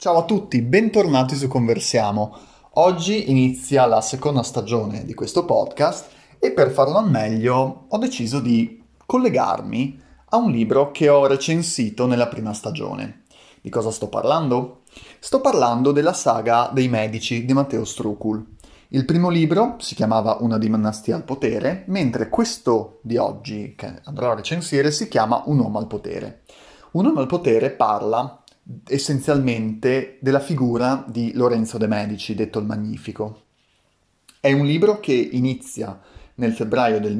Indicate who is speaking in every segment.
Speaker 1: Ciao a tutti, bentornati su Conversiamo. Oggi inizia la seconda stagione di questo podcast e per farlo al meglio ho deciso di collegarmi a un libro che ho recensito nella prima stagione. Di cosa sto parlando? Sto parlando della saga dei Medici di Matteo Strucul. Il primo libro si chiamava Una dinastia al potere, mentre questo di oggi, che andrò a recensire, si chiama Un uomo al potere. Un uomo al potere parla essenzialmente della figura di Lorenzo de' Medici, detto il Magnifico. È un libro che inizia nel febbraio del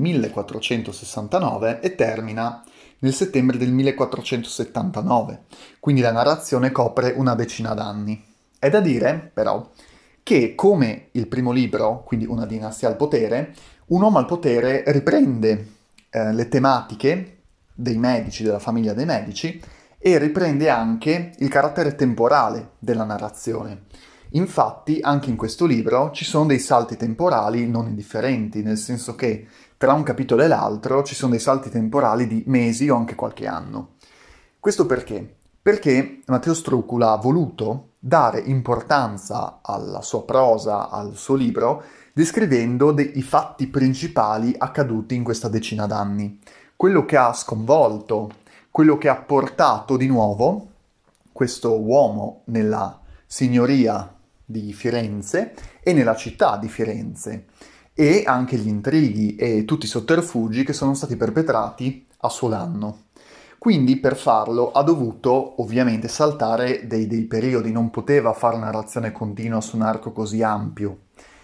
Speaker 1: 1469 e termina nel settembre del 1479, quindi la narrazione copre una decina d'anni. È da dire, però, che come il primo libro, quindi Una dinastia al potere, Un uomo al potere riprende le tematiche dei Medici, della famiglia dei Medici, e riprende anche il carattere temporale della narrazione. Infatti, anche in questo libro ci sono dei salti temporali non indifferenti, nel senso che tra un capitolo e l'altro ci sono dei salti temporali di mesi o anche qualche anno. Questo perché? Perché Matteo Strucula ha voluto dare importanza alla sua prosa, al suo libro, descrivendo i fatti principali accaduti in questa decina d'anni. Quello che ha sconvolto, quello che ha portato di nuovo questo uomo nella signoria di Firenze e nella città di Firenze, e anche gli intrighi e tutti i sotterfugi che sono stati perpetrati a suo danno. Quindi per farlo ha dovuto ovviamente saltare dei periodi, non poteva fare una narrazione continua su un arco così ampio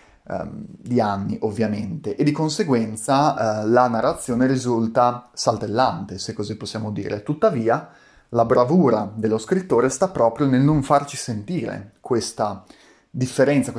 Speaker 1: di anni ovviamente, e di conseguenza la narrazione risulta saltellante, se così possiamo dire. Tuttavia la bravura dello scrittore sta proprio nel non farci sentire questa differenza,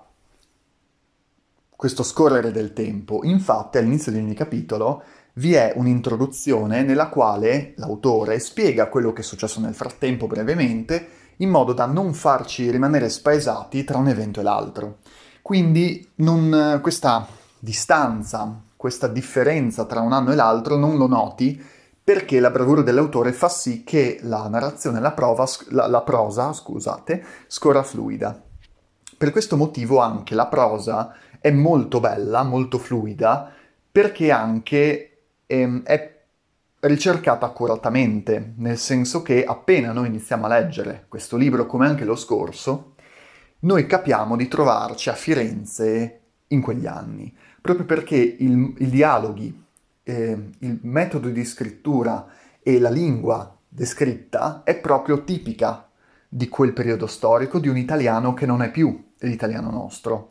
Speaker 1: questo scorrere del tempo. Infatti, all'inizio di ogni capitolo vi è un'introduzione nella quale l'autore spiega quello che è successo nel frattempo brevemente, in modo da non farci rimanere spaesati tra un evento e l'altro. Quindi questa distanza, questa differenza tra un anno e l'altro non lo noti, perché la bravura dell'autore fa sì che la narrazione e la prosa, scusate, scorra fluida. Per questo motivo anche la prosa è molto bella, molto fluida, perché anche è ricercata accuratamente, nel senso che appena noi iniziamo a leggere questo libro, come anche lo scorso, noi capiamo di trovarci a Firenze in quegli anni, proprio perché i dialoghi, il metodo di scrittura e la lingua descritta è proprio tipica di quel periodo storico, di un italiano che non è più l'italiano nostro.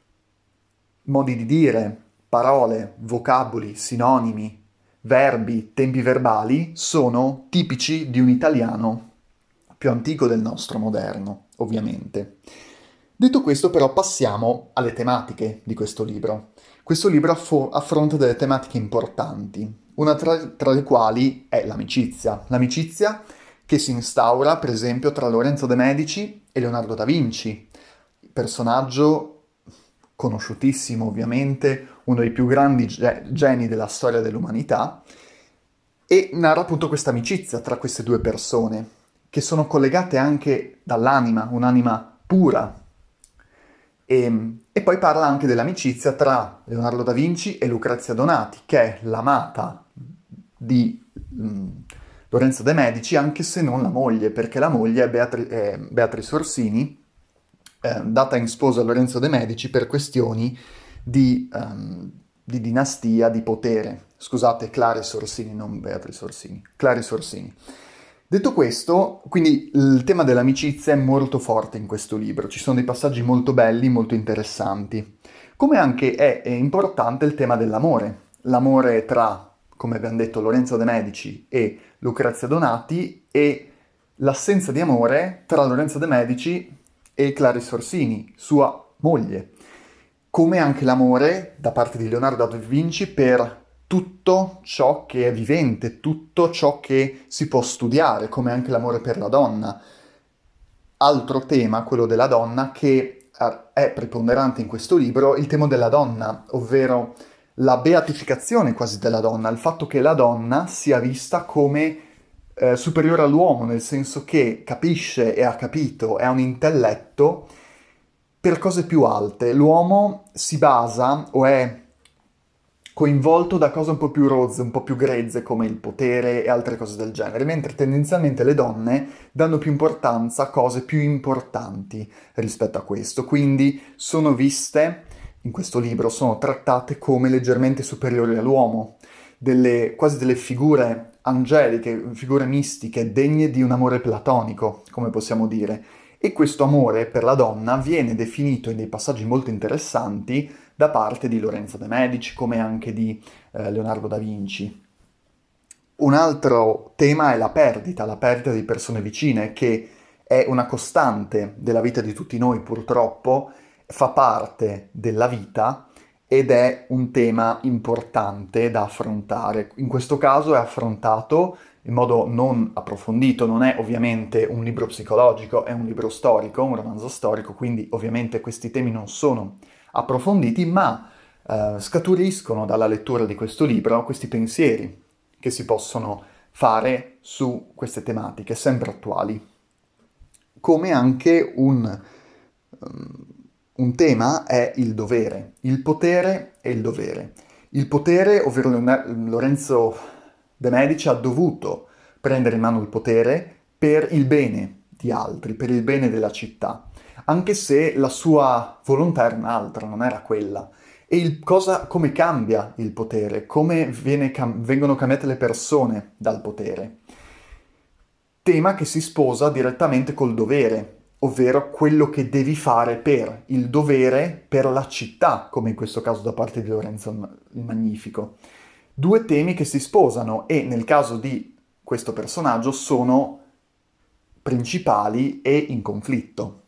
Speaker 1: Modi di dire, parole, vocaboli, sinonimi, verbi, tempi verbali sono tipici di un italiano più antico del nostro moderno, ovviamente. Detto questo, però, passiamo alle tematiche di questo libro. Questo libro affronta delle tematiche importanti, una tra le quali è l'amicizia che si instaura, per esempio, tra Lorenzo de' Medici e Leonardo da Vinci, personaggio conosciutissimo ovviamente, uno dei più grandi geni della storia dell'umanità, e narra appunto questa amicizia tra queste due persone, che sono collegate anche dall'anima, un'anima pura. E poi parla anche dell'amicizia tra Leonardo da Vinci e Lucrezia Donati, che è l'amata di Lorenzo de' Medici, anche se non la moglie, perché la moglie è Beatrice Orsini, data in sposa a Lorenzo de' Medici per questioni di dinastia, di potere. Scusate, Clarice Orsini, non Beatrice Orsini, Clarice Orsini. Detto questo, quindi il tema dell'amicizia è molto forte in questo libro, ci sono dei passaggi molto belli, molto interessanti. Come anche è importante il tema dell'amore, l'amore tra, come abbiamo detto, Lorenzo de' Medici e Lucrezia Donati, e l'assenza di amore tra Lorenzo de' Medici e Clarice Orsini, sua moglie, come anche l'amore da parte di Leonardo da Vinci per tutto ciò che è vivente, tutto ciò che si può studiare, come anche l'amore per la donna. Altro tema, quello della donna, che è preponderante in questo libro, il tema della donna, ovvero la beatificazione quasi della donna, il fatto che la donna sia vista come superiore all'uomo, nel senso che capisce e ha capito, e ha un intelletto per cose più alte. L'uomo si basa o è coinvolto da cose un po' più rozze, un po' più grezze come il potere e altre cose del genere, mentre tendenzialmente le donne danno più importanza a cose più importanti rispetto a questo, quindi sono viste, in questo libro, sono trattate come leggermente superiori all'uomo, quasi delle figure angeliche, figure mistiche, degne di un amore platonico, come possiamo dire. E questo amore per la donna viene definito in dei passaggi molto interessanti da parte di Lorenzo de' Medici, come anche di Leonardo da Vinci. Un altro tema è la perdita di persone vicine, che è una costante della vita di tutti noi, purtroppo, fa parte della vita ed è un tema importante da affrontare. In questo caso è affrontato in modo non approfondito, non è ovviamente un libro psicologico, è un libro storico, un romanzo storico, quindi ovviamente questi temi non sono approfonditi, ma scaturiscono dalla lettura di questo libro questi pensieri che si possono fare su queste tematiche sempre attuali. Come anche un tema è il dovere, il potere e il dovere. Il potere, ovvero Lorenzo de' Medici ha dovuto prendere in mano il potere per il bene di altri, per il bene della città, anche se la sua volontà era un'altra, non era quella. E come cambia il potere, come vengono cambiate le persone dal potere. Tema che si sposa direttamente col dovere, ovvero quello che devi fare per il dovere per la città, come in questo caso da parte di Lorenzo il Magnifico. Due temi che si sposano e nel caso di questo personaggio sono principali e in conflitto.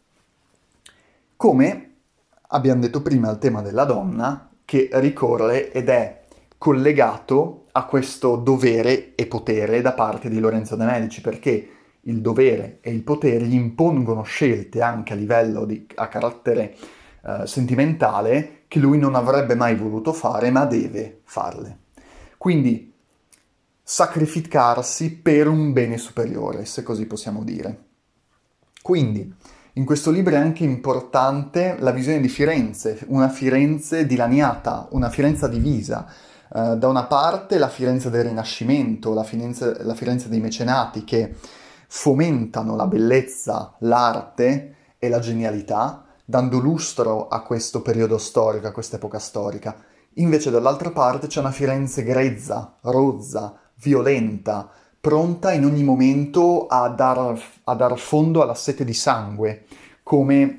Speaker 1: Come abbiamo detto prima il tema della donna, che ricorre ed è collegato a questo dovere e potere da parte di Lorenzo de' Medici, perché il dovere e il potere gli impongono scelte anche a livello a carattere sentimentale che lui non avrebbe mai voluto fare, ma deve farle. Quindi sacrificarsi per un bene superiore, se così possiamo dire. Quindi, in questo libro è anche importante la visione di Firenze, una Firenze dilaniata, una Firenze divisa. Da una parte la Firenze del Rinascimento, la Firenze dei mecenati che fomentano la bellezza, l'arte e la genialità, dando lustro a questo periodo storico, a questa epoca storica. Invece dall'altra parte c'è una Firenze grezza, rozza, violenta, pronta in ogni momento a dar fondo alla sete di sangue, come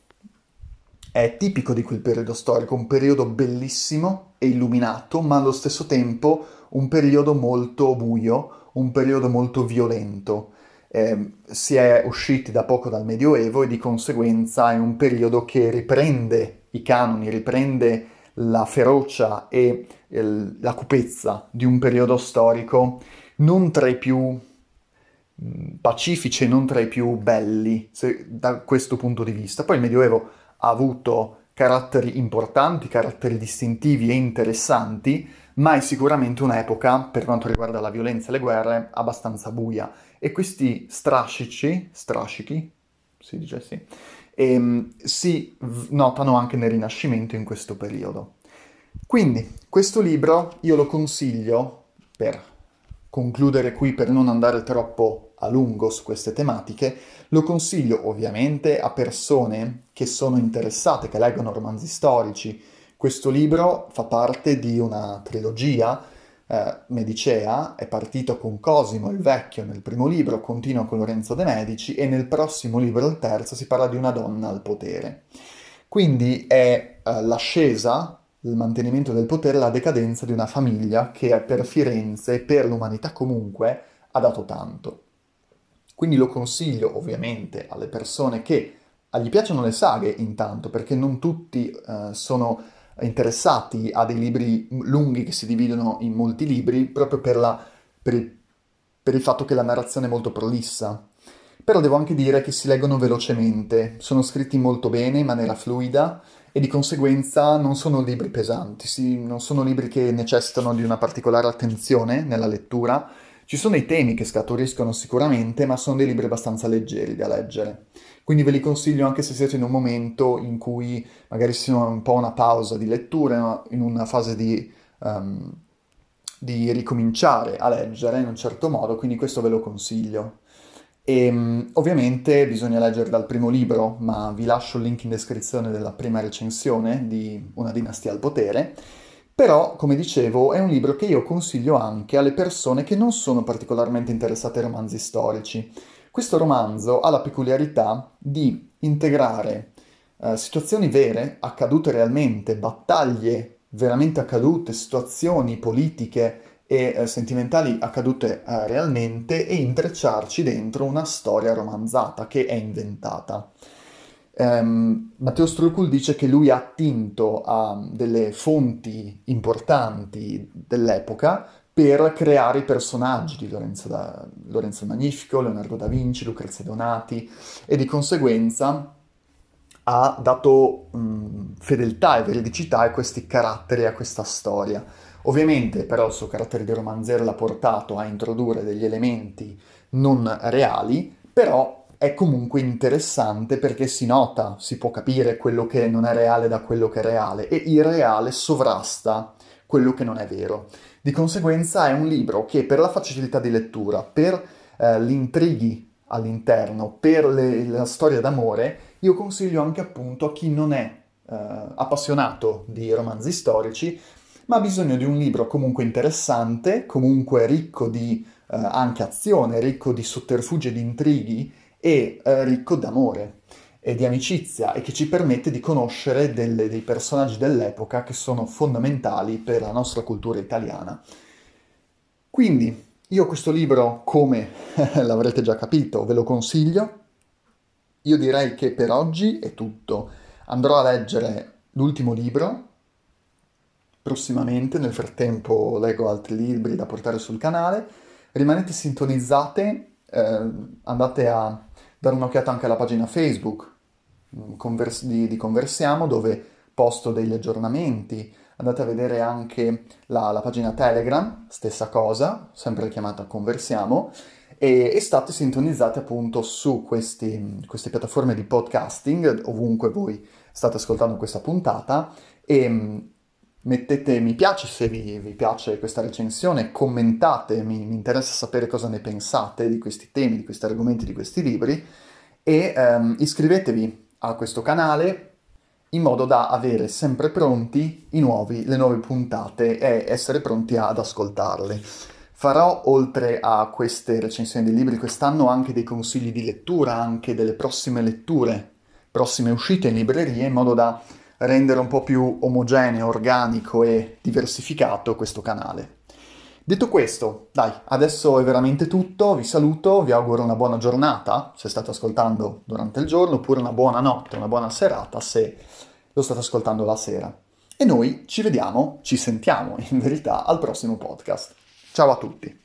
Speaker 1: è tipico di quel periodo storico, un periodo bellissimo e illuminato, ma allo stesso tempo un periodo molto buio, un periodo molto violento. Si è usciti da poco dal Medioevo e di conseguenza è un periodo che riprende i canoni, riprende la ferocia e la cupezza di un periodo storico non tra i più pacifici e non tra i più belli da questo punto di vista. Poi il Medioevo ha avuto caratteri importanti, caratteri distintivi e interessanti, ma è sicuramente un'epoca, per quanto riguarda la violenza e le guerre, abbastanza buia. E questi strascichi, si dice sì, si notano anche nel Rinascimento in questo periodo. Quindi, questo libro io lo consiglio, per concludere qui, per non andare troppo a lungo su queste tematiche, lo consiglio ovviamente a persone che sono interessate, che leggono romanzi storici. Questo libro fa parte di una trilogia medicea, è partito con Cosimo il Vecchio nel primo libro, continua con Lorenzo de' Medici e nel prossimo libro, il terzo, si parla di una donna al potere. Quindi è l'ascesa, il mantenimento del potere, la decadenza di una famiglia che per Firenze e per l'umanità comunque ha dato tanto. Quindi lo consiglio ovviamente alle persone che gli piacciono le saghe intanto, perché non tutti sono interessati a dei libri lunghi che si dividono in molti libri, proprio per il fatto che la narrazione è molto prolissa. Però devo anche dire che si leggono velocemente, sono scritti molto bene, in maniera fluida, e di conseguenza non sono libri pesanti, non sono libri che necessitano di una particolare attenzione nella lettura, Ci sono i temi che scaturiscono sicuramente, ma sono dei libri abbastanza leggeri da leggere. Quindi ve li consiglio anche se siete in un momento in cui magari siamo un po' una pausa di lettura, no? In una fase di ricominciare a leggere in un certo modo, quindi questo ve lo consiglio. Ovviamente bisogna leggere dal primo libro, ma vi lascio il link in descrizione della prima recensione di Una dinastia al potere. Però, come dicevo, è un libro che io consiglio anche alle persone che non sono particolarmente interessate ai romanzi storici. Questo romanzo ha la peculiarità di integrare situazioni vere, accadute realmente, battaglie veramente accadute, situazioni politiche e sentimentali accadute realmente e intrecciarci dentro una storia romanzata che è inventata. Matteo Strucul dice che lui ha attinto a delle fonti importanti dell'epoca per creare i personaggi di Lorenzo il Magnifico, Leonardo da Vinci, Lucrezia Donati e di conseguenza ha dato fedeltà e veridicità a questi caratteri, a questa storia. Ovviamente però il suo carattere di romanziere l'ha portato a introdurre degli elementi non reali, però è comunque interessante perché si nota, si può capire quello che non è reale da quello che è reale e il reale sovrasta quello che non è vero. Di conseguenza è un libro che per la facilità di lettura, per gli intrighi all'interno, per la storia d'amore, io consiglio anche appunto a chi non è appassionato di romanzi storici, ma ha bisogno di un libro comunque interessante, comunque ricco di anche azione, ricco di sotterfugi e di intrighi e ricco d'amore e di amicizia e che ci permette di conoscere dei personaggi dell'epoca che sono fondamentali per la nostra cultura italiana. Quindi io questo libro, come l'avrete già capito, ve lo consiglio. Io direi che per oggi è tutto. Andrò a leggere l'ultimo libro prossimamente, nel frattempo leggo altri libri da portare sul canale. Rimanete sintonizzate, andate a dare un'occhiata anche alla pagina Facebook di Conversiamo, dove posto degli aggiornamenti. Andate a vedere anche la pagina Telegram, stessa cosa, sempre chiamata Conversiamo, e state sintonizzati appunto su queste piattaforme di podcasting, ovunque voi state ascoltando questa puntata, e mettete mi piace se vi piace questa recensione, commentate, mi interessa sapere cosa ne pensate di questi temi, di questi argomenti, di questi libri, e iscrivetevi a questo canale in modo da avere sempre pronti le nuove puntate e essere pronti ad ascoltarle. Farò, oltre a queste recensioni dei libri quest'anno, anche dei consigli di lettura, anche delle prossime letture, prossime uscite in libreria, in modo da rendere un po' più omogeneo, organico e diversificato questo canale. Detto questo, dai, adesso è veramente tutto, vi saluto, vi auguro una buona giornata se state ascoltando durante il giorno, oppure una buona notte, una buona serata se lo state ascoltando la sera. E noi ci vediamo, ci sentiamo in verità al prossimo podcast. Ciao a tutti!